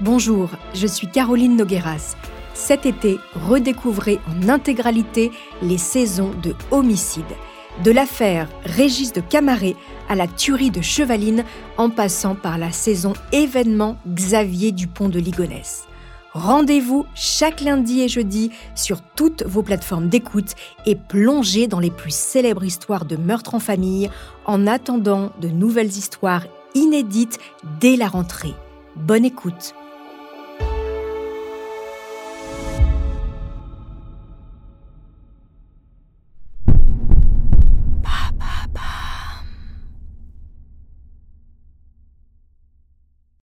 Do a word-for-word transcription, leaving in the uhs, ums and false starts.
Bonjour, je suis Caroline Nogueras. Cet été, redécouvrez en intégralité les saisons de Homicide. De l'affaire Régis de Camaret à la tuerie de Chevaline, en passant par la saison événement Xavier Dupont de Ligonnès. Rendez-vous chaque lundi et jeudi sur toutes vos plateformes d'écoute et plongez dans les plus célèbres histoires de meurtres en famille en attendant de nouvelles histoires inédites dès la rentrée. Bonne écoute!